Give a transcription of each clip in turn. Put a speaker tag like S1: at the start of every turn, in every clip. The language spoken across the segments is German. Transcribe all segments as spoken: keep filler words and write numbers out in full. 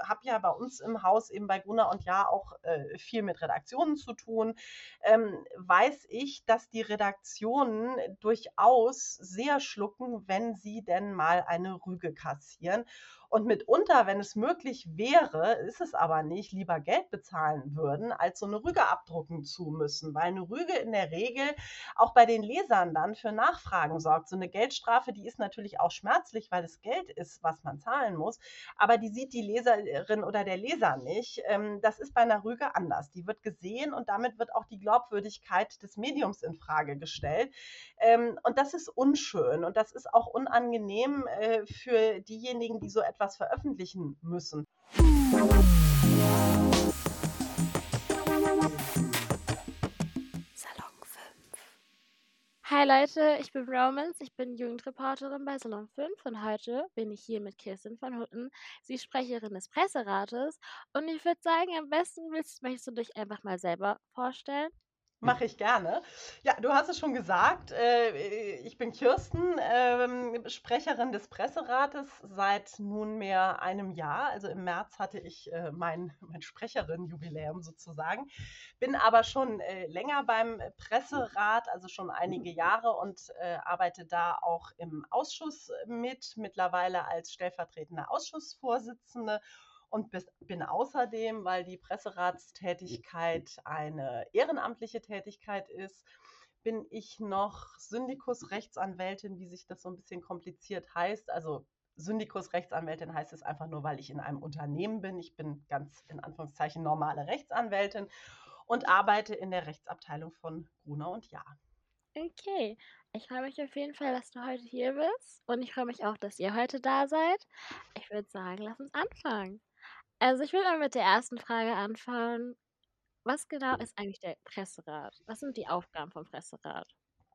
S1: habe ja bei uns im Haus eben bei Gruner und Jahr auch äh, viel mit Redaktionen zu tun, ähm, weiß ich, dass die Redaktionen durchaus sehr schlucken, wenn sie denn mal eine Rüge kassieren. Und mitunter, wenn es möglich wäre, ist es aber nicht, lieber Geld bezahlen würden, als so eine Rüge abdrucken zu müssen, weil eine Rüge in der Regel auch bei den Lesern dann für Nachfragen sorgt. So eine Geldstrafe, die ist natürlich auch schmerzlich, weil es Geld ist, was man zahlen muss, aber die sieht die Leserin oder der Leser nicht. Ähm, Das ist bei einer Rüge anders. Die wird gesehen und damit wird auch die Glaubwürdigkeit des Mediums in Frage gestellt. Ähm, Und das ist unschön und das ist auch unangenehm äh, für diejenigen, die so etwas veröffentlichen müssen.
S2: Salon fünf. Hi Leute, ich bin Romance, ich bin Jugendreporterin bei Salon fünf und heute bin ich hier mit Kirsten von Hutten. Sie ist Sprecherin des Presserates und ich würde sagen, am besten willst, möchtest du dich einfach mal selber vorstellen?
S1: Mache ich gerne. Ja, du hast es schon gesagt. Äh, ich bin Kirsten, ähm, Sprecherin des Presserates seit nunmehr einem Jahr. Also im März hatte ich äh, mein, mein Sprecherin-Jubiläum sozusagen. Bin aber schon äh, länger beim Presserat, also schon einige Jahre und äh, arbeite da auch im Ausschuss mit, mittlerweile als stellvertretende Ausschussvorsitzende. Und bin außerdem, weil die Presseratstätigkeit eine ehrenamtliche Tätigkeit ist, bin ich noch Syndikus-Rechtsanwältin, wie sich das so ein bisschen kompliziert heißt. Also Syndikus-Rechtsanwältin heißt es einfach nur, weil ich in einem Unternehmen bin. Ich bin ganz in Anführungszeichen normale Rechtsanwältin und arbeite in der Rechtsabteilung von Gruner und Jahr.
S2: Okay, ich freue mich auf jeden Fall, dass du heute hier bist und ich freue mich auch, dass ihr heute da seid. Ich würde sagen, lass uns anfangen. Also ich will mal mit der ersten Frage anfangen. Was genau ist eigentlich der Presserat? Was sind die Aufgaben vom Presserat?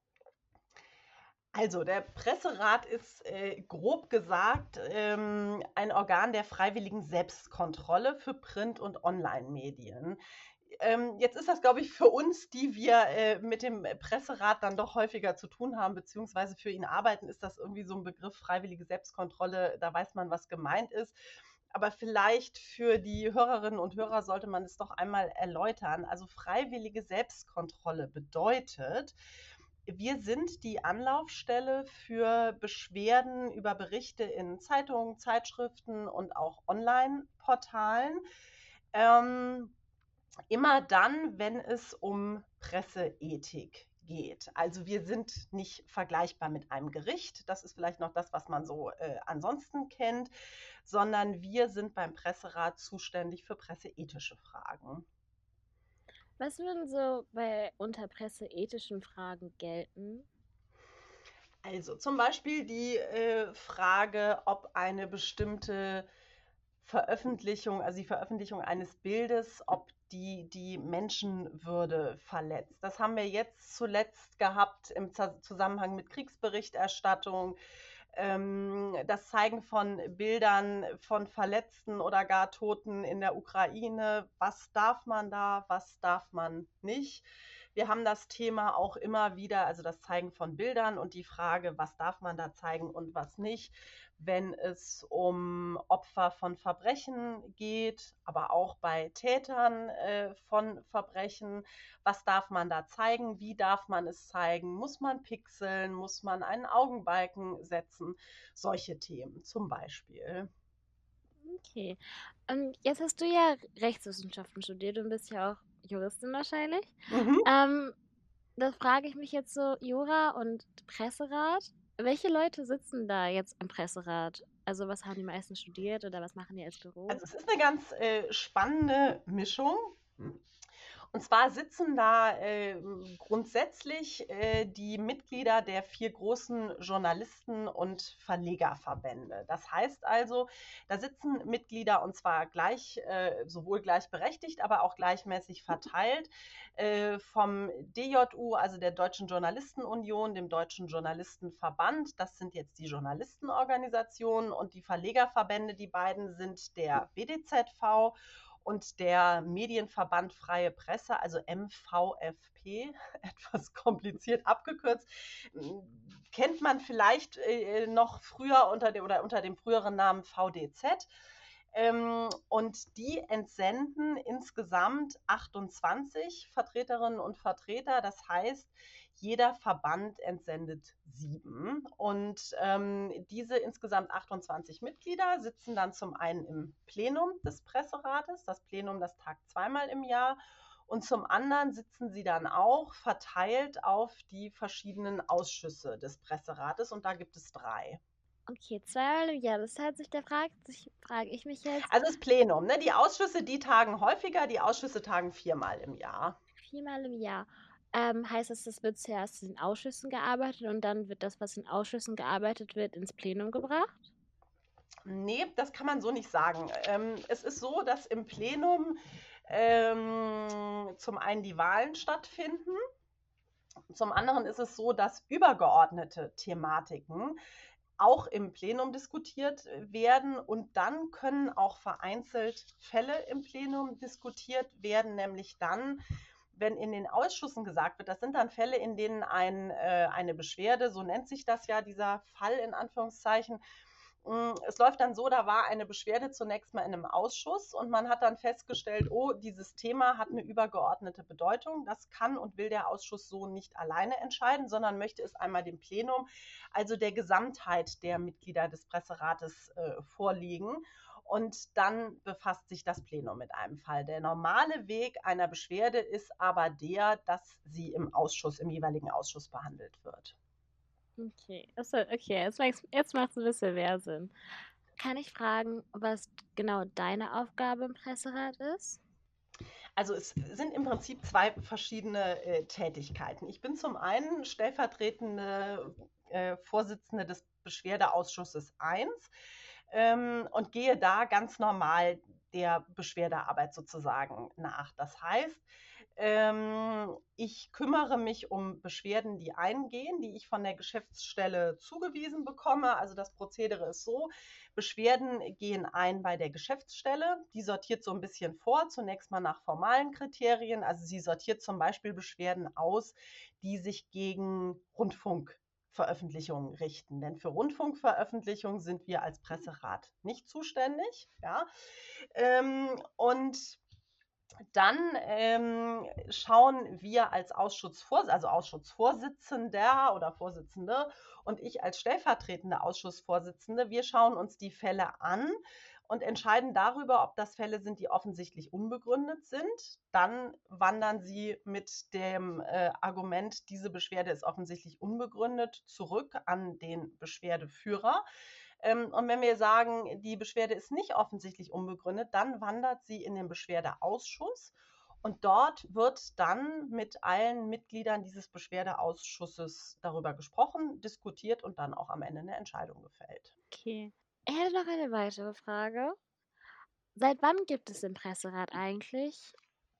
S1: Also, der Presserat ist äh, grob gesagt ähm, ein Organ der freiwilligen Selbstkontrolle für Print- und Online-Medien. Ähm, jetzt ist das, glaube ich, für uns, die wir äh, mit dem Presserat dann doch häufiger zu tun haben, beziehungsweise für ihn arbeiten, ist das irgendwie so ein Begriff freiwillige Selbstkontrolle. Da weiß man, was gemeint ist. Aber vielleicht für die Hörerinnen und Hörer sollte man es doch einmal erläutern. Also freiwillige Selbstkontrolle bedeutet, wir sind die Anlaufstelle für Beschwerden über Berichte in Zeitungen, Zeitschriften und auch Online-Portalen. Ähm, immer dann, wenn es um Presseethik geht. Also wir sind nicht vergleichbar mit einem Gericht, das ist vielleicht noch das, was man so äh, ansonsten kennt, sondern wir sind beim Presserat zuständig für presseethische Fragen.
S2: Was würden so bei unter presseethischen Fragen gelten?
S1: Also zum Beispiel die äh, Frage, ob eine bestimmte Veröffentlichung, also die Veröffentlichung eines Bildes, ob die die Menschenwürde verletzt. Das haben wir jetzt zuletzt gehabt im Zusammenhang mit Kriegsberichterstattung. Ähm, das Zeigen von Bildern von Verletzten oder gar Toten in der Ukraine. Was darf man da, was darf man nicht? Wir haben das Thema auch immer wieder, also das Zeigen von Bildern und die Frage, was darf man da zeigen und was nicht, wenn es um Opfer von Verbrechen geht, aber auch bei Tätern äh, von Verbrechen. Was darf man da zeigen? Wie darf man es zeigen? Muss man pixeln? Muss man einen Augenbalken setzen? Solche Themen zum Beispiel.
S2: Okay. Und jetzt hast du ja Rechtswissenschaften studiert und bist ja auch Juristin wahrscheinlich.
S1: Mhm.
S2: Ähm, da frage ich mich jetzt so, Jura und Presserat, welche Leute sitzen da jetzt im Presserat? Also was haben die meisten studiert oder was machen die als Beruf?
S1: Also es ist eine ganz äh, spannende Mischung. Und zwar sitzen da äh, grundsätzlich äh, die Mitglieder der vier großen Journalisten- und Verlegerverbände. Das heißt also, da sitzen Mitglieder und zwar gleich, äh, sowohl gleichberechtigt, aber auch gleichmäßig verteilt äh, vom D J U, also der Deutschen Journalistenunion, dem Deutschen Journalistenverband. Das sind jetzt die Journalistenorganisationen und die Verlegerverbände. Die beiden sind der B D Z V und der Medienverband Freie Presse, also M V F P, etwas kompliziert abgekürzt, kennt man vielleicht äh, noch früher unter dem, oder unter dem früheren Namen V D Z. Ähm, Und die entsenden insgesamt achtundzwanzig Vertreterinnen und Vertreter. Das heißt, jeder Verband entsendet sieben. Und ähm, diese insgesamt achtundzwanzig Mitglieder sitzen dann zum einen im Plenum des Presserates. Das Plenum, das tagt zweimal im Jahr. Und zum anderen sitzen sie dann auch verteilt auf die verschiedenen Ausschüsse des Presserates. Und da gibt es drei.
S2: Okay, zweimal im Jahr. Das hat sich, da fragt sich, frage ich mich jetzt.
S1: Also das Plenum, ne? Die Ausschüsse, die tagen häufiger, die Ausschüsse tagen viermal im Jahr.
S2: Viermal im Jahr. Ähm, heißt das, das wird zuerst in den Ausschüssen gearbeitet und dann wird das, was in Ausschüssen gearbeitet wird, ins Plenum gebracht?
S1: Nee, das kann man so nicht sagen. Ähm, es ist so, dass im Plenum ähm, zum einen die Wahlen stattfinden. Zum anderen ist es so, dass übergeordnete Thematiken auch im Plenum diskutiert werden und dann können auch vereinzelt Fälle im Plenum diskutiert werden, nämlich dann, wenn in den Ausschüssen gesagt wird, das sind dann Fälle, in denen ein, äh, eine Beschwerde, so nennt sich das ja, dieser Fall in Anführungszeichen, es läuft dann so, da war eine Beschwerde zunächst mal in einem Ausschuss und man hat dann festgestellt, oh, dieses Thema hat eine übergeordnete Bedeutung. Das kann und will der Ausschuss so nicht alleine entscheiden, sondern möchte es einmal dem Plenum, also der Gesamtheit der Mitglieder des Presserates, äh, vorlegen. Und dann befasst sich das Plenum mit einem Fall. Der normale Weg einer Beschwerde ist aber der, dass sie im Ausschuss, im jeweiligen Ausschuss behandelt wird.
S2: Okay, also, okay, jetzt, jetzt macht es ein bisschen mehr Sinn. Kann ich fragen, was genau deine Aufgabe im Presserat ist?
S1: Also es sind im Prinzip zwei verschiedene äh, Tätigkeiten. Ich bin zum einen stellvertretende äh, Vorsitzende des Beschwerdeausschusses eins ähm, und gehe da ganz normal der Beschwerdearbeit sozusagen nach. Das heißt, ähm, ich kümmere mich um Beschwerden, die eingehen, die ich von der Geschäftsstelle zugewiesen bekomme. Also das Prozedere ist so, Beschwerden gehen ein bei der Geschäftsstelle. Die sortiert so ein bisschen vor, zunächst mal nach formalen Kriterien. Also sie sortiert zum Beispiel Beschwerden aus, die sich gegen Rundfunkveröffentlichungen richten. Denn für Rundfunkveröffentlichungen sind wir als Presserat nicht zuständig. Ja? Ähm, und dann ähm, schauen wir als Ausschussvors also Ausschussvorsitzender oder Vorsitzende und ich als stellvertretende Ausschussvorsitzende, wir schauen uns die Fälle an und entscheiden darüber, ob das Fälle sind, die offensichtlich unbegründet sind. Dann wandern sie mit dem äh, Argument, diese Beschwerde ist offensichtlich unbegründet, zurück an den Beschwerdeführer. Und wenn wir sagen, die Beschwerde ist nicht offensichtlich unbegründet, dann wandert sie in den Beschwerdeausschuss und dort wird dann mit allen Mitgliedern dieses Beschwerdeausschusses darüber gesprochen, diskutiert und dann auch am Ende eine Entscheidung gefällt.
S2: Okay. Ich hätte noch eine weitere Frage. Seit wann gibt es den Presserat eigentlich?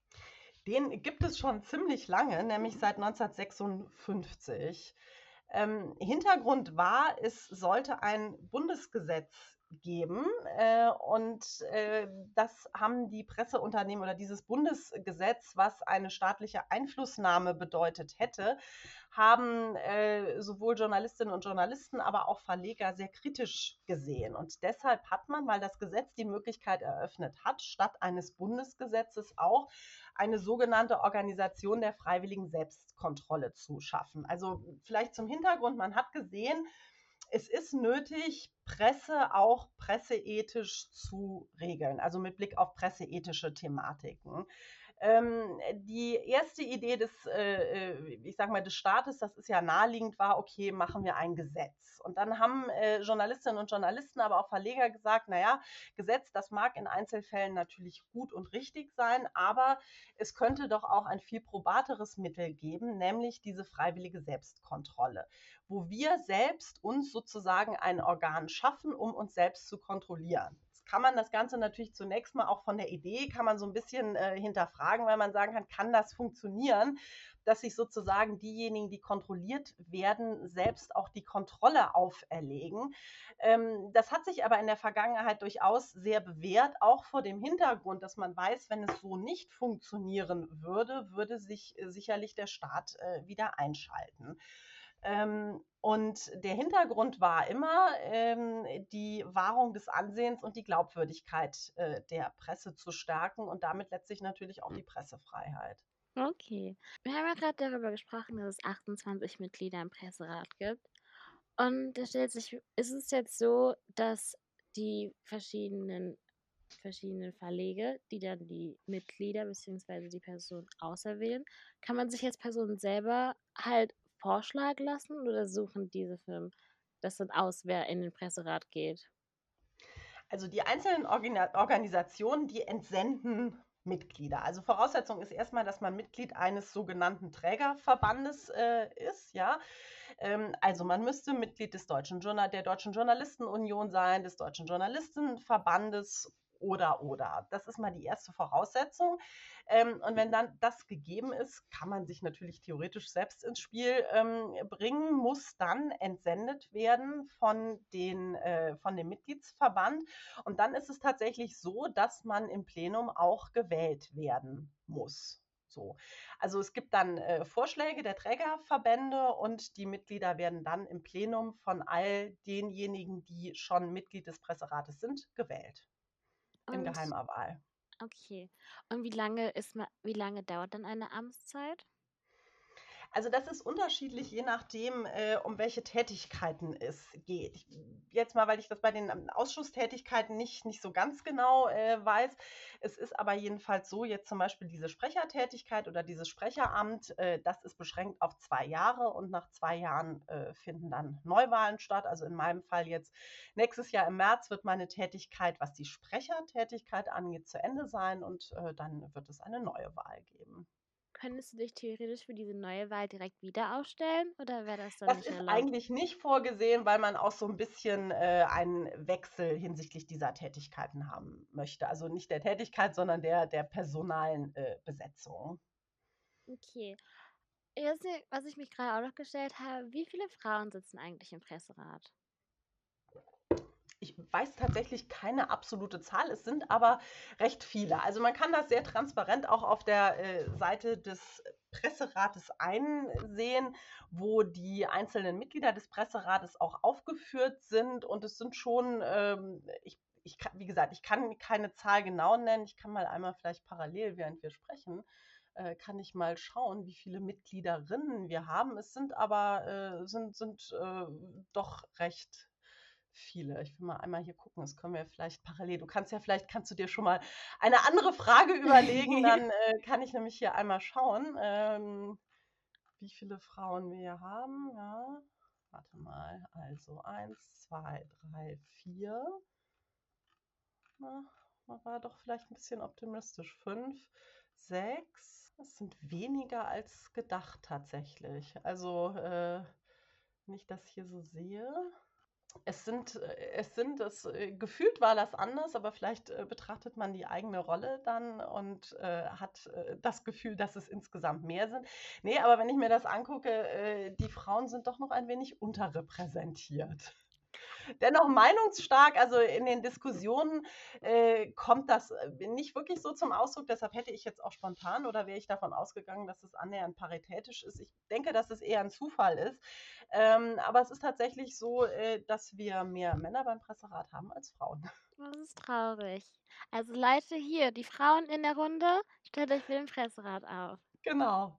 S1: Den gibt es schon ziemlich lange, nämlich seit neunzehnhundertsechsundfünfzig. Ähm, Hintergrund war, es sollte ein Bundesgesetz geben äh, und äh, das haben die Presseunternehmen oder dieses Bundesgesetz, was eine staatliche Einflussnahme bedeutet hätte, haben äh, sowohl Journalistinnen und Journalisten, aber auch Verleger sehr kritisch gesehen. Und deshalb hat man, weil das Gesetz die Möglichkeit eröffnet hat, statt eines Bundesgesetzes auch eine sogenannte Organisation der freiwilligen Selbstkontrolle zu schaffen. Also vielleicht zum Hintergrund, man hat gesehen, es ist nötig, Presse auch presseethisch zu regeln, also mit Blick auf presseethische Thematiken. Ähm, die erste Idee des, äh, ich sag mal, des Staates, das ist ja naheliegend, war, okay, machen wir ein Gesetz. Und dann haben äh, Journalistinnen und Journalisten, aber auch Verleger gesagt, naja, Gesetz, das mag in Einzelfällen natürlich gut und richtig sein, aber es könnte doch auch ein viel probateres Mittel geben, nämlich diese freiwillige Selbstkontrolle, wo wir selbst uns sozusagen ein Organ schaffen, um uns selbst zu kontrollieren. Kann man das Ganze natürlich zunächst mal auch von der Idee, kann man so ein bisschen äh, hinterfragen, weil man sagen kann, kann das funktionieren, dass sich sozusagen diejenigen, die kontrolliert werden, selbst auch die Kontrolle auferlegen. Ähm, das hat sich aber in der Vergangenheit durchaus sehr bewährt, auch vor dem Hintergrund, dass man weiß, wenn es so nicht funktionieren würde, würde sich äh, sicherlich der Staat äh, wieder einschalten. Ähm, und der Hintergrund war immer ähm, die Wahrung des Ansehens und die Glaubwürdigkeit äh, der Presse zu stärken und damit letztlich natürlich auch die Pressefreiheit.
S2: Okay. Wir haben ja gerade darüber gesprochen, dass es achtundzwanzig Mitglieder im Presserat gibt. Und da stellt sich, ist es jetzt so, dass die verschiedenen verschiedenen Verlege, die dann die Mitglieder beziehungsweise die Person auserwählen, kann man sich als Person selber halt vorschlagen lassen oder suchen diese Firmen das dann aus, wer in den Presserat geht?
S1: Also die einzelnen Orgina Organisationen, die entsenden Mitglieder. Also Voraussetzung ist erstmal, dass man Mitglied eines sogenannten Trägerverbandes äh, ist, ja. Ähm, also man müsste Mitglied des Deutschen Journal der Deutschen Journalistenunion sein, des Deutschen Journalistenverbandes oder oder. Das ist mal die erste Voraussetzung. Ähm, und wenn dann das gegeben ist, kann man sich natürlich theoretisch selbst ins Spiel ähm, bringen, muss dann entsendet werden von, den, äh, von dem Mitgliedsverband. Und dann ist es tatsächlich so, dass man im Plenum auch gewählt werden muss. So. Also es gibt dann äh, Vorschläge der Trägerverbände und die Mitglieder werden dann im Plenum von all denjenigen, die schon Mitglied des Presserates sind, gewählt. In
S2: Und
S1: geheimer Wahl.
S2: okay. Und wie lange ist ma wie lange dauert dann eine Amtszeit?
S1: Also das ist unterschiedlich, je nachdem, äh, um welche Tätigkeiten es geht. Ich, jetzt mal, weil ich das bei den ähm, Ausschusstätigkeiten nicht, nicht so ganz genau äh, weiß. Es ist aber jedenfalls so, jetzt zum Beispiel diese Sprechertätigkeit oder dieses Sprecheramt, äh, das ist beschränkt auf zwei Jahre und nach zwei Jahren äh, finden dann Neuwahlen statt. Also in meinem Fall jetzt nächstes Jahr im März wird meine Tätigkeit, was die Sprechertätigkeit angeht, zu Ende sein und äh, dann wird es eine neue Wahl geben.
S2: Könntest du dich theoretisch für diese neue Wahl direkt wieder aufstellen oder wäre das dann
S1: Das
S2: nicht
S1: ist
S2: erlaubt?
S1: eigentlich nicht vorgesehen, weil man auch so ein bisschen, äh, einen Wechsel hinsichtlich dieser Tätigkeiten haben möchte. Also, nicht der Tätigkeit, sondern der der personalen, äh, Besetzung.
S2: Okay. Jetzt, äh, was ich mich gerade auch noch gestellt habe, wie viele Frauen sitzen eigentlich im Presserat?
S1: Ich weiß tatsächlich keine absolute Zahl, es sind aber recht viele. Also, man kann das sehr transparent auch auf der, äh, Seite des Presserates einsehen, wo die einzelnen Mitglieder des Presserates auch aufgeführt sind und es sind schon, ähm, ich ich ka wie gesagt, ich kann keine Zahl genau nennen. Ich kann mal einmal vielleicht parallel, während wir sprechen, äh, kann ich mal schauen, wie viele Mitgliederinnen wir haben. Es sind aber, äh sind sind, äh, doch recht viele. Ich will mal einmal hier gucken, das können wir vielleicht parallel. Du kannst ja vielleicht kannst du dir schon mal eine andere Frage überlegen, dann äh, kann ich nämlich hier einmal schauen, ähm, wie viele Frauen wir hier haben. Ja, warte mal. Also eins, zwei, drei, vier. Na, man war doch vielleicht ein bisschen optimistisch. Fünf, sechs. Das sind weniger als gedacht tatsächlich. Also, äh, wenn ich das hier so sehe. Es sind, äh, es sind das, äh, gefühlt war das anders, aber vielleicht äh, betrachtet man die eigene Rolle dann und äh, hat äh, das Gefühl, dass es insgesamt mehr sind. Nee, aber wenn ich mir das angucke, äh, die Frauen sind doch noch ein wenig unterrepräsentiert. Dennoch meinungsstark, also in den Diskussionen äh, kommt das äh, nicht wirklich so zum Ausdruck. Deshalb hätte ich jetzt auch spontan oder wäre ich davon ausgegangen, dass es annähernd paritätisch ist. Ich denke, dass es eher ein Zufall ist. Ähm, aber es ist tatsächlich so, äh, dass wir mehr Männer beim Presserat haben als Frauen.
S2: Das ist traurig. Also Leute hier, die Frauen in der Runde, stellt euch für den Presserat auf.
S1: Genau.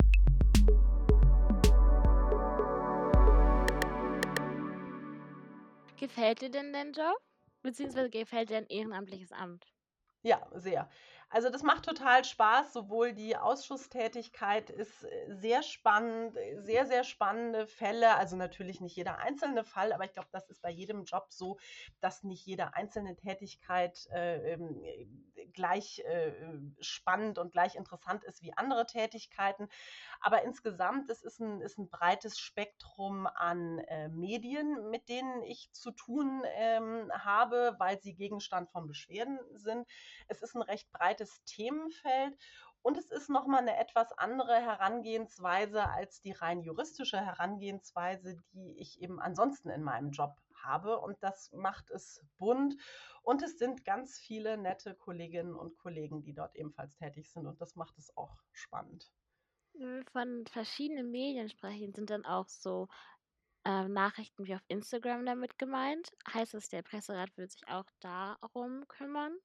S2: Gefällt dir denn dein Job? Beziehungsweise gefällt dir ein ehrenamtliches Amt?
S1: Ja, sehr. Also das macht total Spaß. Sowohl die Ausschusstätigkeit ist äh, sehr spannend, äh, sehr, sehr spannende Fälle. Also natürlich nicht jeder einzelne Fall, aber ich glaube, das ist bei jedem Job so, dass nicht jede einzelne Tätigkeit äh, ähm, äh, gleich äh, spannend und gleich interessant ist wie andere Tätigkeiten. Aber insgesamt es ist ein, ist ein breites Spektrum an äh, Medien, mit denen ich zu tun ähm, habe, weil sie Gegenstand von Beschwerden sind. Es ist ein recht breites Themenfeld und es ist nochmal eine etwas andere Herangehensweise als die rein juristische Herangehensweise, die ich eben ansonsten in meinem Job habe. Und das macht es bunt. Und es sind ganz viele nette Kolleginnen und Kollegen, die dort ebenfalls tätig sind. Und das macht es auch spannend.
S2: Wenn wir von verschiedenen Medien sprechen, sind dann auch so ähm, Nachrichten wie auf Instagram damit gemeint? Heißt das, der Presserat wird sich auch darum kümmern?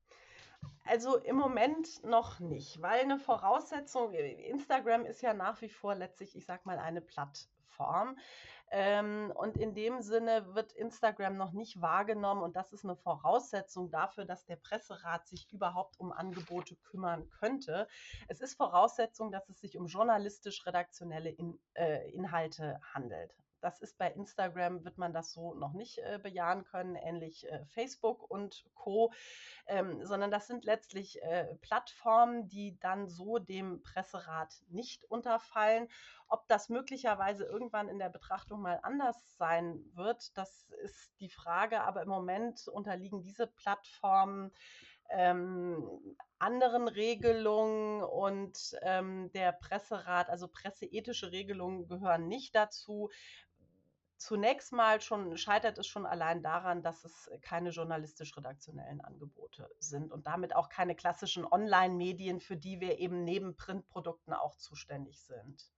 S1: Also im Moment noch nicht, weil eine Voraussetzung Instagram ist ja nach wie vor letztlich, ich sage mal, eine Plattform. Ähm, und in dem Sinne wird Instagram noch nicht wahrgenommen und das ist eine Voraussetzung dafür, dass der Presserat sich überhaupt um Angebote kümmern könnte. Es ist Voraussetzung, dass es sich um journalistisch-redaktionelle In äh, Inhalte handelt. Das ist bei Instagram, wird man das so noch nicht äh, bejahen können, ähnlich äh, Facebook und Co., ähm, sondern das sind letztlich äh, Plattformen, die dann so dem Presserat nicht unterfallen. Ob das möglicherweise irgendwann in der Betrachtung mal anders sein wird, das ist die Frage. Aber im Moment unterliegen diese Plattformen ähm, anderen Regelungen und ähm, der Presserat, also presseethische Regelungen gehören nicht dazu. Zunächst mal schon scheitert es schon allein daran, dass es keine journalistisch-redaktionellen Angebote sind und damit auch keine klassischen Online-Medien, für die wir eben neben Printprodukten auch zuständig sind.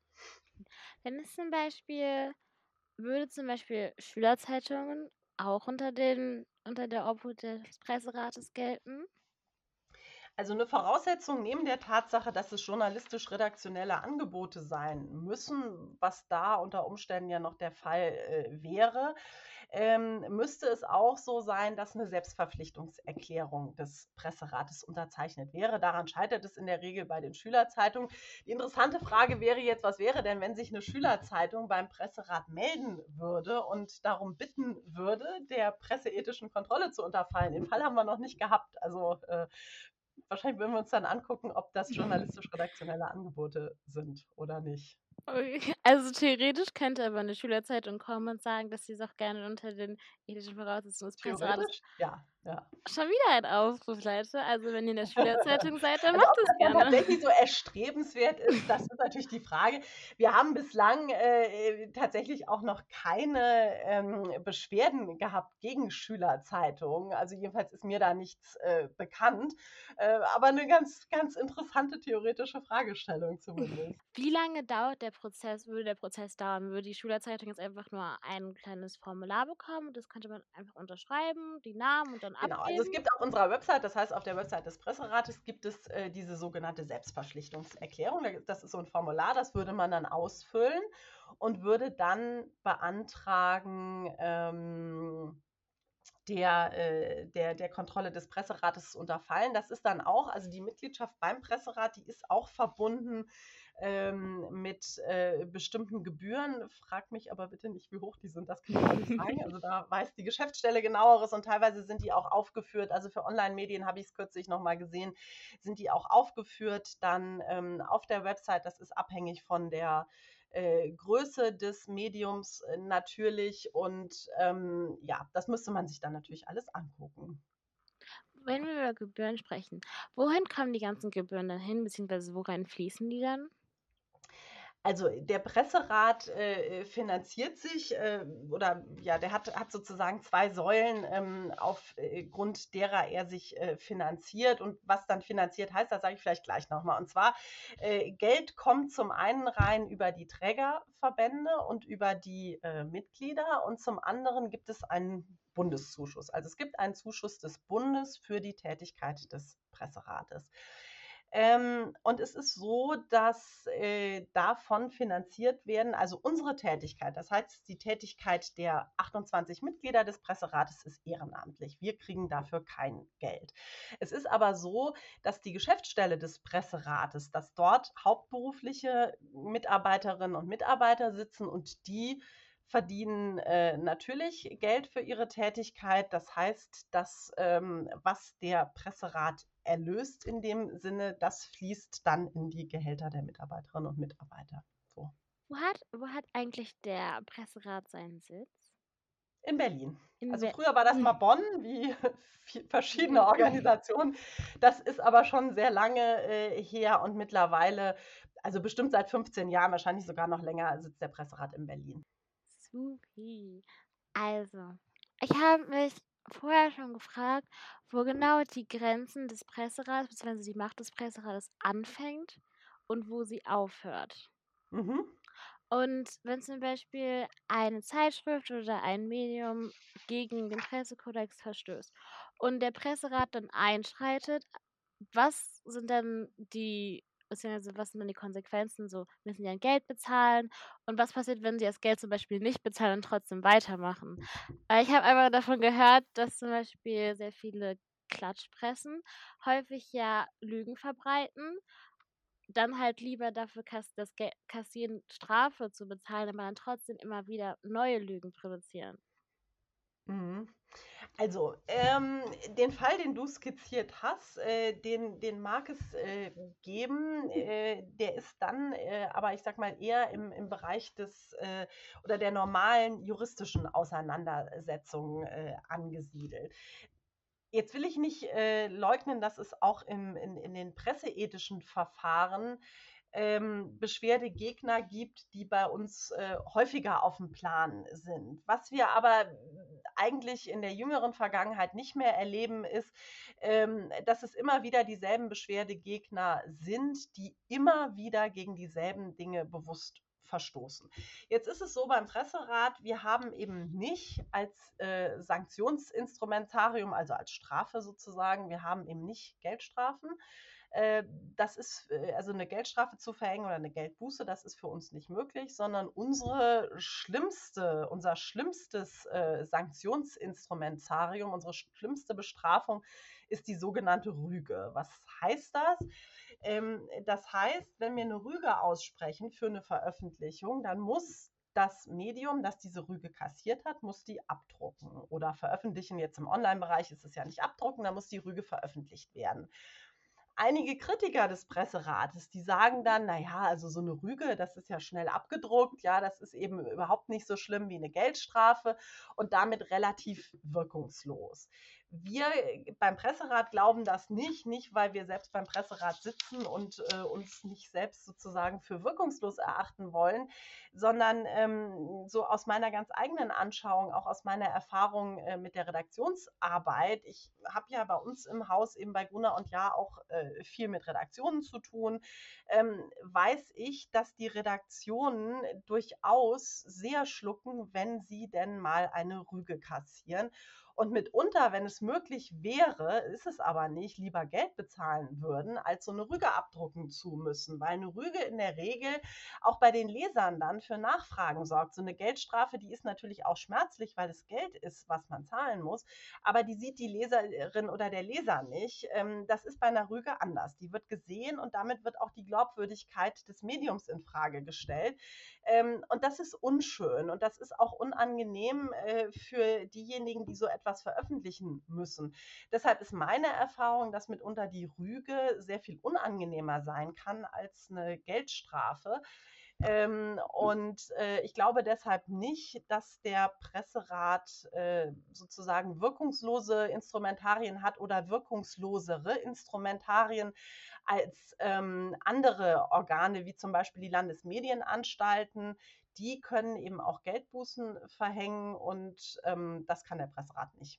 S2: Wenn es zum Beispiel würde zum Beispiel Schülerzeitungen auch unter den unter der Obhut des Presserates gelten?
S1: Also eine Voraussetzung neben der Tatsache, dass es journalistisch-redaktionelle Angebote sein müssen, was da unter Umständen ja noch der Fall äh, wäre, ähm, müsste es auch so sein, dass eine Selbstverpflichtungserklärung des Presserates unterzeichnet wäre. Daran scheitert es in der Regel bei den Schülerzeitungen. Die interessante Frage wäre jetzt, was wäre denn, wenn sich eine Schülerzeitung beim Presserat melden würde und darum bitten würde, der presseethischen Kontrolle zu unterfallen? Den Fall haben wir noch nicht gehabt. Also äh, wahrscheinlich würden wir uns dann angucken, ob das journalistisch-redaktionelle Angebote sind oder nicht.
S2: Okay. Also theoretisch könnte aber eine Schülerzeitung kommen und sagen, dass sie es auch gerne unter den ethischen Voraussetzungen des Presserates
S1: Theoretisch, ja, ja.
S2: schon wieder ein Aufruf, Leute. Also wenn ihr in der Schülerzeitung seid, dann
S1: Also
S2: macht
S1: ob
S2: das
S1: das dann
S2: gerne.
S1: tatsächlich so erstrebenswert ist, das ist natürlich die Frage. Wir haben bislang äh, tatsächlich auch noch keine ähm, Beschwerden gehabt gegen Schülerzeitungen. Also jedenfalls ist mir da nichts äh, bekannt. Äh, aber eine ganz, ganz interessante theoretische Fragestellung zumindest.
S2: Wie lange dauert der Prozess würde der Prozess dauern? Würde die Schülerzeitung jetzt einfach nur ein kleines Formular bekommen und das könnte man einfach unterschreiben, die Namen und dann
S1: Genau, also es
S2: abgeben?
S1: gibt auf unserer Website, das heißt auf der Website des Presserates gibt es äh, diese sogenannte Selbstverpflichtungserklärung. Das ist so ein Formular, das würde man dann ausfüllen und würde dann beantragen, ähm, der, äh, der, der Kontrolle des Presserates unterfallen. Das ist dann auch, also die Mitgliedschaft beim Presserat, die ist auch verbunden ähm, mit äh, bestimmten Gebühren. Frag mich aber bitte nicht, wie hoch die sind, das kann ich auch nicht sagen. Also da weiß die Geschäftsstelle genaueres und teilweise sind die auch aufgeführt. Also für Online-Medien habe ich es kürzlich nochmal gesehen, sind die auch aufgeführt dann ähm, auf der Website. Das ist abhängig von der äh, Größe des Mediums äh, natürlich und ähm, ja, das müsste man sich dann natürlich alles angucken.
S2: Wenn wir über Gebühren sprechen, wohin kommen die ganzen Gebühren dann hin, beziehungsweise worein fließen die dann?
S1: Also der Presserat äh, finanziert sich äh, oder ja, der hat, hat sozusagen zwei Säulen, ähm, aufgrund äh, derer er sich äh, finanziert. Und was dann finanziert heißt, das sage ich vielleicht gleich nochmal. Und zwar, äh, Geld kommt zum einen rein über die Trägerverbände und über die äh, Mitglieder und zum anderen gibt es einen Bundeszuschuss. Also es gibt einen Zuschuss des Bundes für die Tätigkeit des Presserates. Ähm, und es ist so, dass äh, davon finanziert werden, also unsere Tätigkeit, das heißt die Tätigkeit der achtundzwanzig Mitglieder des Presserates ist ehrenamtlich. Wir kriegen dafür kein Geld. Es ist aber so, dass die Geschäftsstelle des Presserates, dass dort hauptberufliche Mitarbeiterinnen und Mitarbeiter sitzen und die verdienen äh, natürlich Geld für ihre Tätigkeit. Das heißt, dass ähm, was der Presserat erlöst in dem Sinne, das fließt dann in die Gehälter der Mitarbeiterinnen und Mitarbeiter. So.
S2: Wo hat wo hat eigentlich der Presserat seinen Sitz?
S1: In Berlin.
S2: In
S1: Also
S2: Be
S1: früher war das mal Bonn, wie verschiedene Organisationen. Das ist aber schon sehr lange äh, her und mittlerweile, also bestimmt seit fünfzehn Jahren, wahrscheinlich sogar noch länger, sitzt der Presserat in Berlin.
S2: Supi. Also, ich habe mich vorher schon gefragt, wo genau die Grenzen des Presserats beziehungsweise die Macht des Presserates anfängt und wo sie aufhört.
S1: Mhm.
S2: Und wenn zum Beispiel eine Zeitschrift oder ein Medium gegen den Pressekodex verstößt und der Presserat dann einschreitet, was sind dann die beziehungsweise was sind dann die Konsequenzen so? Müssen die dann Geld bezahlen? Und was passiert, wenn sie das Geld zum Beispiel nicht bezahlen und trotzdem weitermachen? Weil ich habe einmal davon gehört, dass zum Beispiel sehr viele Klatschpressen häufig ja Lügen verbreiten, dann halt lieber dafür kas das Gel kassieren, Strafe zu bezahlen, aber dann trotzdem immer wieder neue Lügen produzieren.
S1: Mhm. Also, ähm, den Fall, den du skizziert hast, äh, den den mag es, äh, geben. Äh, der ist dann, äh, aber ich sage mal, eher im im Bereich des, äh oder der normalen juristischen Auseinandersetzung, äh, angesiedelt. Jetzt will ich nicht, äh, leugnen, dass es auch im in in den presseethischen Verfahren, ähm, Beschwerdegegner gibt, die bei uns, äh, häufiger aufm Plan sind. Was wir aber eigentlich in der jüngeren Vergangenheit nicht mehr erleben, ist, ähm, dass es immer wieder dieselben Beschwerdegegner sind, die immer wieder gegen dieselben Dinge bewusst verstoßen. Jetzt ist es so beim Presserat, wir haben eben nicht als, äh, Sanktionsinstrumentarium, also als Strafe sozusagen, wir haben eben nicht Geldstrafen. Äh, das ist äh, also 'ne Geldstrafe zu verhängen oder 'ne Geldbuße, das ist für uns nicht möglich, sondern unsere schlimmste unser schlimmstes, äh, Sanktionsinstrumentarium, unsere schlimmste Bestrafung ist die sogenannte Rüge. Was heißt das? Ähm, das heißt, wenn wir 'ne Rüge aussprechen für 'ne Veröffentlichung, dann muss das Medium, das diese Rüge kassiert hat, muss die abdrucken oder veröffentlichen. Jetzt im Onlinebereich ist es ja nicht abdrucken, da muss die Rüge veröffentlicht werden. Einige Kritiker des Presserates, die sagen dann: „Na ja, also so 'ne Rüge, das ist ja schnell abgedruckt, ja, das ist eben überhaupt nicht so schlimm wie 'ne Geldstrafe und damit relativ wirkungslos.“ Wir beim Presserat glauben das nicht, nicht, weil wir selbst beim Presserat sitzen und, äh, uns nicht selbst sozusagen für wirkungslos erachten wollen, sondern, ähm, so aus meiner ganz eigenen Anschauung, auch aus meiner Erfahrung, äh, mit der Redaktionsarbeit. Ich habe ja bei uns im Haus eben bei Gruner und Jahr auch, äh, viel mit Redaktionen zu tun, ähm, weiß ich, dass die Redaktionen durchaus sehr schlucken, wenn sie denn mal eine Rüge kassieren und mitunter, wenn es möglich wäre, ist es aber nicht, lieber Geld bezahlen würden, als so 'ne Rüge abdrucken zu müssen, weil 'ne Rüge in der Regel auch bei den Lesern dann für Nachfragen sorgt. So 'ne Geldstrafe, die ist natürlich auch schmerzlich, weil es Geld ist, was man zahlen muss, aber die sieht die Leserin oder der Leser nicht. Ähm, das ist bei 'ner Rüge anders. Die wird gesehen und damit wird auch die Glaubwürdigkeit des Mediums infrage gestellt. Ähm, und das ist unschön und das ist auch unangenehm, äh, für diejenigen, die so etwas veröffentlichen müssen. Deshalb ist meine Erfahrung, dass mitunter die Rüge sehr viel unangenehmer sein kann als 'ne Geldstrafe. Ähm, und, äh, ich glaube deshalb nicht, dass der Presserat, äh, sozusagen wirkungslose Instrumentarien hat oder wirkungslosere Instrumentarien als, ähm, andere Organe, wie zum Beispiel die Landesmedienanstalten. Die können eben auch Geldbußen verhängen und, ähm, das kann der Presserat nicht.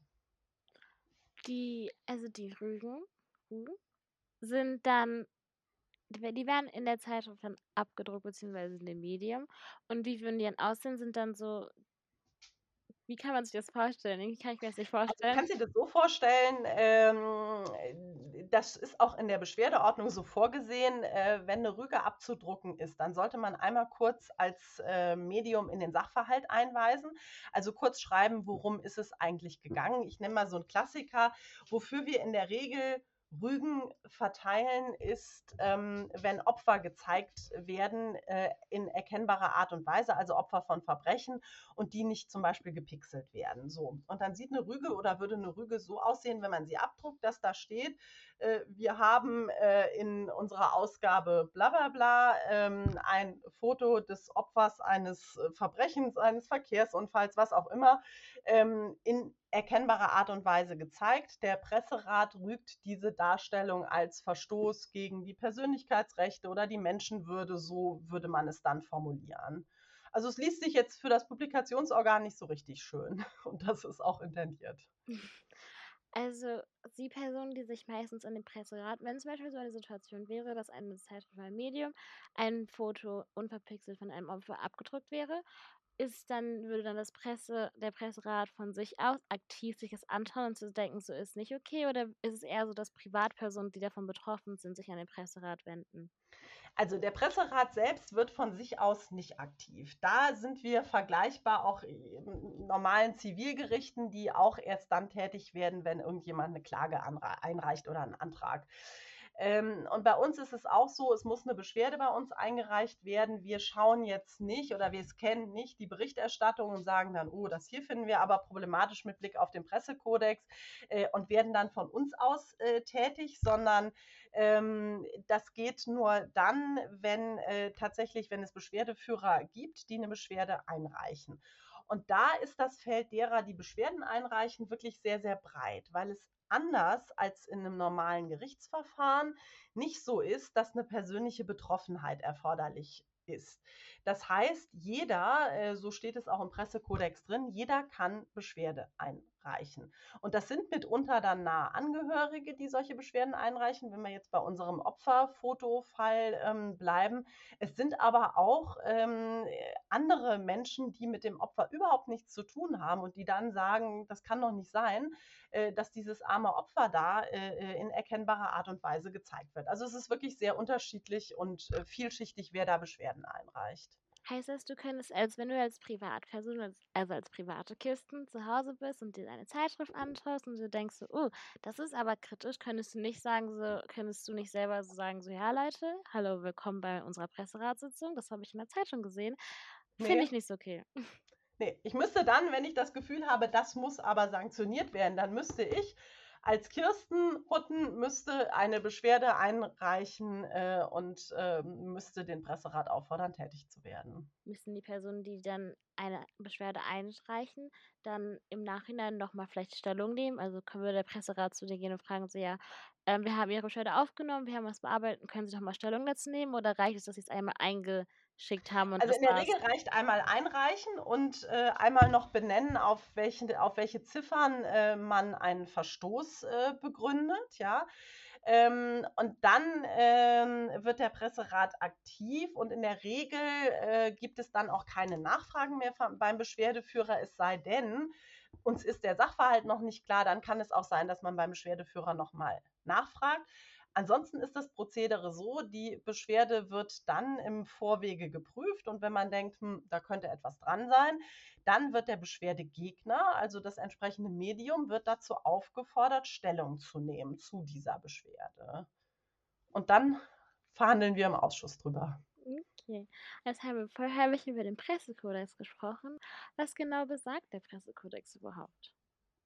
S2: Die also die Rügen Rügen sind dann die we die werden in der Zeitschrift dann abgedruckt beziehungsweise in dem Medium. Und wie würden die dann aussehen? Sind dann so wie kann man sich das vorstellen? Irgendwie kann ich mir das nicht
S1: Also, du
S2: vorstellen.
S1: kannst dir das so vorstellen, ähm, das ist auch in der Beschwerdeordnung so vorgesehen, äh, wenn 'ne Rüge abzudrucken ist, dann sollte man einmal kurz als, äh, Medium in den Sachverhalt einweisen, also kurz schreiben, worum ist es eigentlich gegangen. Ich nenne mal so 'n Klassiker, wofür wir in der Regel Rügen verteilen, ist, ähm, wenn Opfer gezeigt werden, äh, in erkennbarer Art und Weise, also Opfer von Verbrechen und die nicht zum Beispiel gepixelt werden, so. Und dann sieht 'ne Rüge oder würde 'ne Rüge so aussehen, wenn man sie abdruckt, dass da steht, äh, wir haben, äh, in unserer Ausgabe bla bla bla, ähm, ein Foto des Opfers eines, äh, Verbrechens, eines Verkehrsunfalls, was auch immer, ähm, in erkennbarer Art und Weise gezeigt. Der Presserat rügt diese Darstellung als Verstoß gegen die Persönlichkeitsrechte oder die Menschenwürde, so würde man es dann formulieren. Also, es liest sich jetzt für das Publikationsorgan nicht so richtig schön und das ist auch intendiert.
S2: Also die Personen, die sich meistens an den Presserat wenn zum Beispiel so eine Situation wäre, dass eine Zeitschrift oder ein Medium ein Foto unverpixelt von einem Opfer abgedruckt wäre, ist dann würde dann das Presse der Presserat von sich aus aktiv sich das anschauen und zu denken, so ist nicht okay, oder ist es eher so, dass Privatpersonen, die davon betroffen sind, sich an den Presserat wenden?
S1: Also der Presserat selbst wird von sich aus nicht aktiv. Da sind wir vergleichbar auch in normalen Zivilgerichten, die auch erst dann tätig werden, wenn irgendjemand eine Klage einreicht oder einen Antrag. Ähm, und bei uns ist es auch so, es muss eine Beschwerde bei uns eingereicht werden. Wir schauen jetzt nicht oder wir scannen nicht die Berichterstattung und sagen dann, oh, das hier finden wir aber problematisch mit Blick auf den Pressekodex äh, und werden dann von uns aus äh, tätig, sondern ähm, das geht nur dann, wenn äh, tatsächlich, wenn es Beschwerdeführer gibt, die eine Beschwerde einreichen. Und da ist das Feld derer, die Beschwerden einreichen, wirklich sehr, sehr breit, weil es anders als in einem normalen Gerichtsverfahren nicht so ist, dass eine persönliche Betroffenheit erforderlich ist. Das heißt, jeder, äh, so steht es auch im Pressekodex drin, jeder kann Beschwerde einreichen. Und das sind mitunter dann nahe Angehörige, die solche Beschwerden einreichen, wenn wir jetzt bei unserem Opferfotofall ähm, bleiben. Es sind aber auch ähm, andere Menschen, die mit dem Opfer überhaupt nichts zu tun haben und die dann sagen, das kann doch nicht sein, äh, dass dieses arme Opfer da äh, in erkennbarer Art und Weise gezeigt wird. Also es ist wirklich sehr unterschiedlich und äh, vielschichtig, wer da Beschwerden einreicht.
S2: Heißt das, du könntest, als wenn du als Privatperson, als also als private Kisten zu Hause bist und dir eine Zeitschrift anschaust und du denkst so: „Oh, das ist aber kritisch“, könntest du nicht sagen so könntest du nicht selber so sagen so: „Ja, Leute, hallo, willkommen bei unserer Presseratssitzung. Das habe ich in der Zeitung gesehen. Finde
S1: Nee,
S2: ich nicht so okay.“
S1: nee, ich müsste dann, wenn ich das Gefühl habe, das muss aber sanktioniert werden, dann müsste ich als Kirsten Hutten müsste eine Beschwerde einreichen äh, und äh, müsste den Presserat auffordern, tätig zu werden.
S2: Müssen die Personen, die dann eine Beschwerde einreichen, dann im Nachhinein noch mal vielleicht Stellung nehmen? Also, können wir der Presserat zu dir gehen und fragen so: „Ja, ähm, wir haben Ihre Beschwerde aufgenommen, wir haben das bearbeitet. Können Sie doch mal Stellung dazu nehmen?“ Oder reicht es, dass Sie's einmal eingeschickt haben und
S1: Also
S2: das
S1: in der
S2: war's?
S1: Regel reicht einmal einreichen und äh, einmal noch benennen, auf, welchen, auf welche Ziffern äh, man einen Verstoß äh, begründet, ja. Ähm, und dann ähm, wird der Presserat aktiv und in der Regel äh, gibt es dann auch keine Nachfragen mehr beim Beschwerdeführer, es sei denn, uns ist der Sachverhalt noch nicht klar, dann kann es auch sein, dass man beim Beschwerdeführer nochmal nachfragt. Ansonsten ist das Prozedere so, die Beschwerde wird dann im Vorwege geprüft und wenn man denkt, hm, da könnte etwas dran sein, dann wird der Beschwerdegegner, also das entsprechende Medium, wird dazu aufgefordert, Stellung zu nehmen zu dieser Beschwerde. Und dann verhandeln wir im Ausschuss drüber.
S2: Okay. Jetzt haben wir vorher habe ich über den Pressekodex gesprochen. Was genau besagt der Pressekodex überhaupt?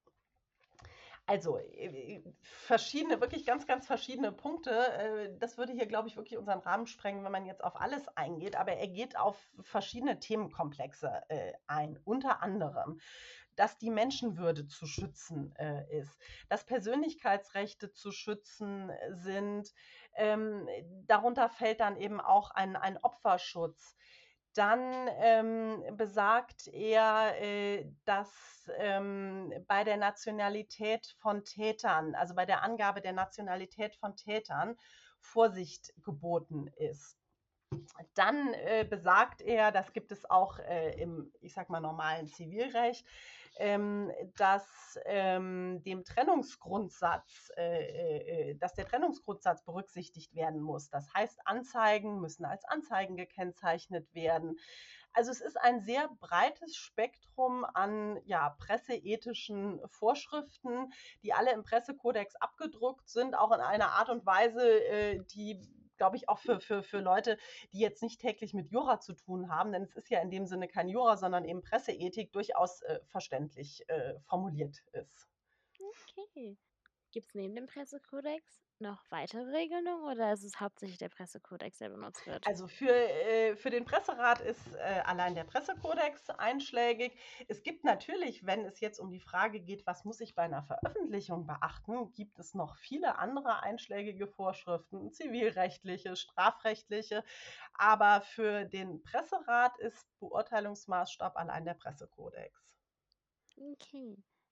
S1: Also, äh, verschiedene, wirklich ganz, ganz verschiedene Punkte. Äh, das würde hier, glaube ich, wirklich unseren Rahmen sprengen, wenn man jetzt auf alles eingeht. Aber er geht auf verschiedene Themenkomplexe äh, ein. Unter anderem, dass die Menschenwürde zu schützen äh, ist, dass Persönlichkeitsrechte zu schützen sind. Ähm, darunter fällt dann eben auch ein, ein Opferschutz. Dann ähm, besagt er, äh, dass ähm, bei der Nationalität von Tätern, also bei der Angabe der Nationalität von Tätern, Vorsicht geboten ist. Dann äh, besagt er, das gibt es auch äh, im, ich sag mal, normalen Zivilrecht, ähm, dass ähm, dem Trennungsgrundsatz, äh, äh, dass der Trennungsgrundsatz berücksichtigt werden muss. Das heißt, Anzeigen müssen als Anzeigen gekennzeichnet werden. Also es ist ein sehr breites Spektrum an ja, presseethischen Vorschriften, die alle im Pressekodex abgedruckt sind, auch in einer Art und Weise, äh, die, glaube ich, auch für, für, für Leute, die jetzt nicht täglich mit Jura zu tun haben, denn es ist ja in dem Sinne kein Jura, sondern eben Presseethik, durchaus äh, verständlich äh, formuliert ist.
S2: Okay. Gibt's neben dem Pressekodex noch weitere Regelungen oder ist es hauptsächlich der Pressekodex, der benutzt wird?
S1: Also für, äh, für den Presserat ist äh, allein der Pressekodex einschlägig. Es gibt natürlich, wenn es jetzt um die Frage geht, was muss ich bei einer Veröffentlichung beachten, gibt es noch viele andere einschlägige Vorschriften, zivilrechtliche, strafrechtliche. Aber für den Presserat ist Beurteilungsmaßstab allein der Pressekodex.
S2: Okay.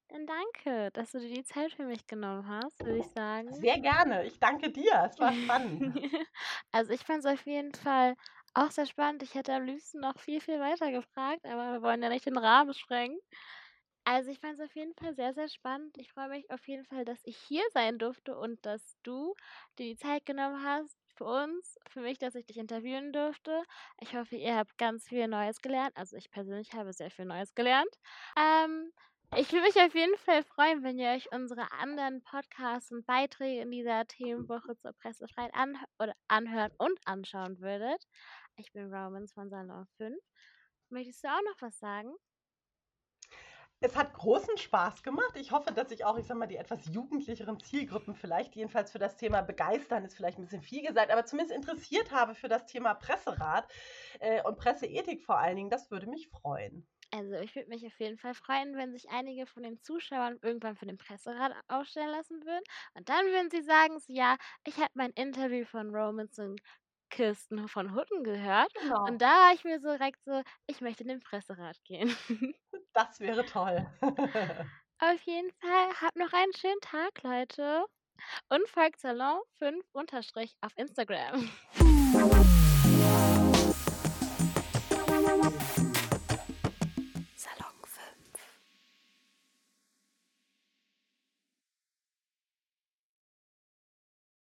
S2: Dann danke, dass du dir die Zeit für mich genommen hast, würde ich sagen.
S1: Sehr gerne. Ich danke dir. Es war spannend.
S2: Also, ich fand's auf jeden Fall auch sehr spannend. Ich hätte am liebsten noch viel, viel weiter gefragt, aber wir wollen ja nicht den Rahmen sprengen. Also, ich fand's auf jeden Fall sehr, sehr spannend. Ich freue mich auf jeden Fall, dass ich hier sein durfte und dass du dir die Zeit genommen hast für uns, für mich, dass ich dich interviewen durfte. Ich hoffe, ihr habt ganz viel Neues gelernt. Also, ich persönlich habe sehr viel Neues gelernt. Ähm, ich würde mich auf jeden Fall freuen, wenn ihr euch unsere anderen Podcasts und Beiträge in dieser Themenwoche zur Pressefreiheit anhö oder anhören und anschauen würdet. Ich bin Romans von Salon fünf. Möchtest du auch noch was sagen?
S1: Es hat großen Spaß gemacht. Ich hoffe, dass ich auch, ich sage mal, die etwas jugendlicheren Zielgruppen vielleicht jedenfalls für das Thema begeistern, ist vielleicht ein bisschen viel gesagt, aber zumindest interessiert habe für das Thema Presserat äh, und Presseethik vor allen Dingen. Das würde mich freuen.
S2: Also, ich würde mich auf jeden Fall freuen, wenn sich einige von den Zuschauern irgendwann für den Presserat aufstellen lassen würden. Und dann würden sie sagen, so, ja, ich habe mein Interview von Romans und Kirsten von Hutten gehört.
S1: Genau,
S2: Und da war ich mir so direkt so, ich möchte in den Presserat gehen.
S1: das wäre toll.
S2: Auf jeden Fall, habt noch einen schönen Tag, Leute. Und folgt Salon fünf unterstrich auf Instagram.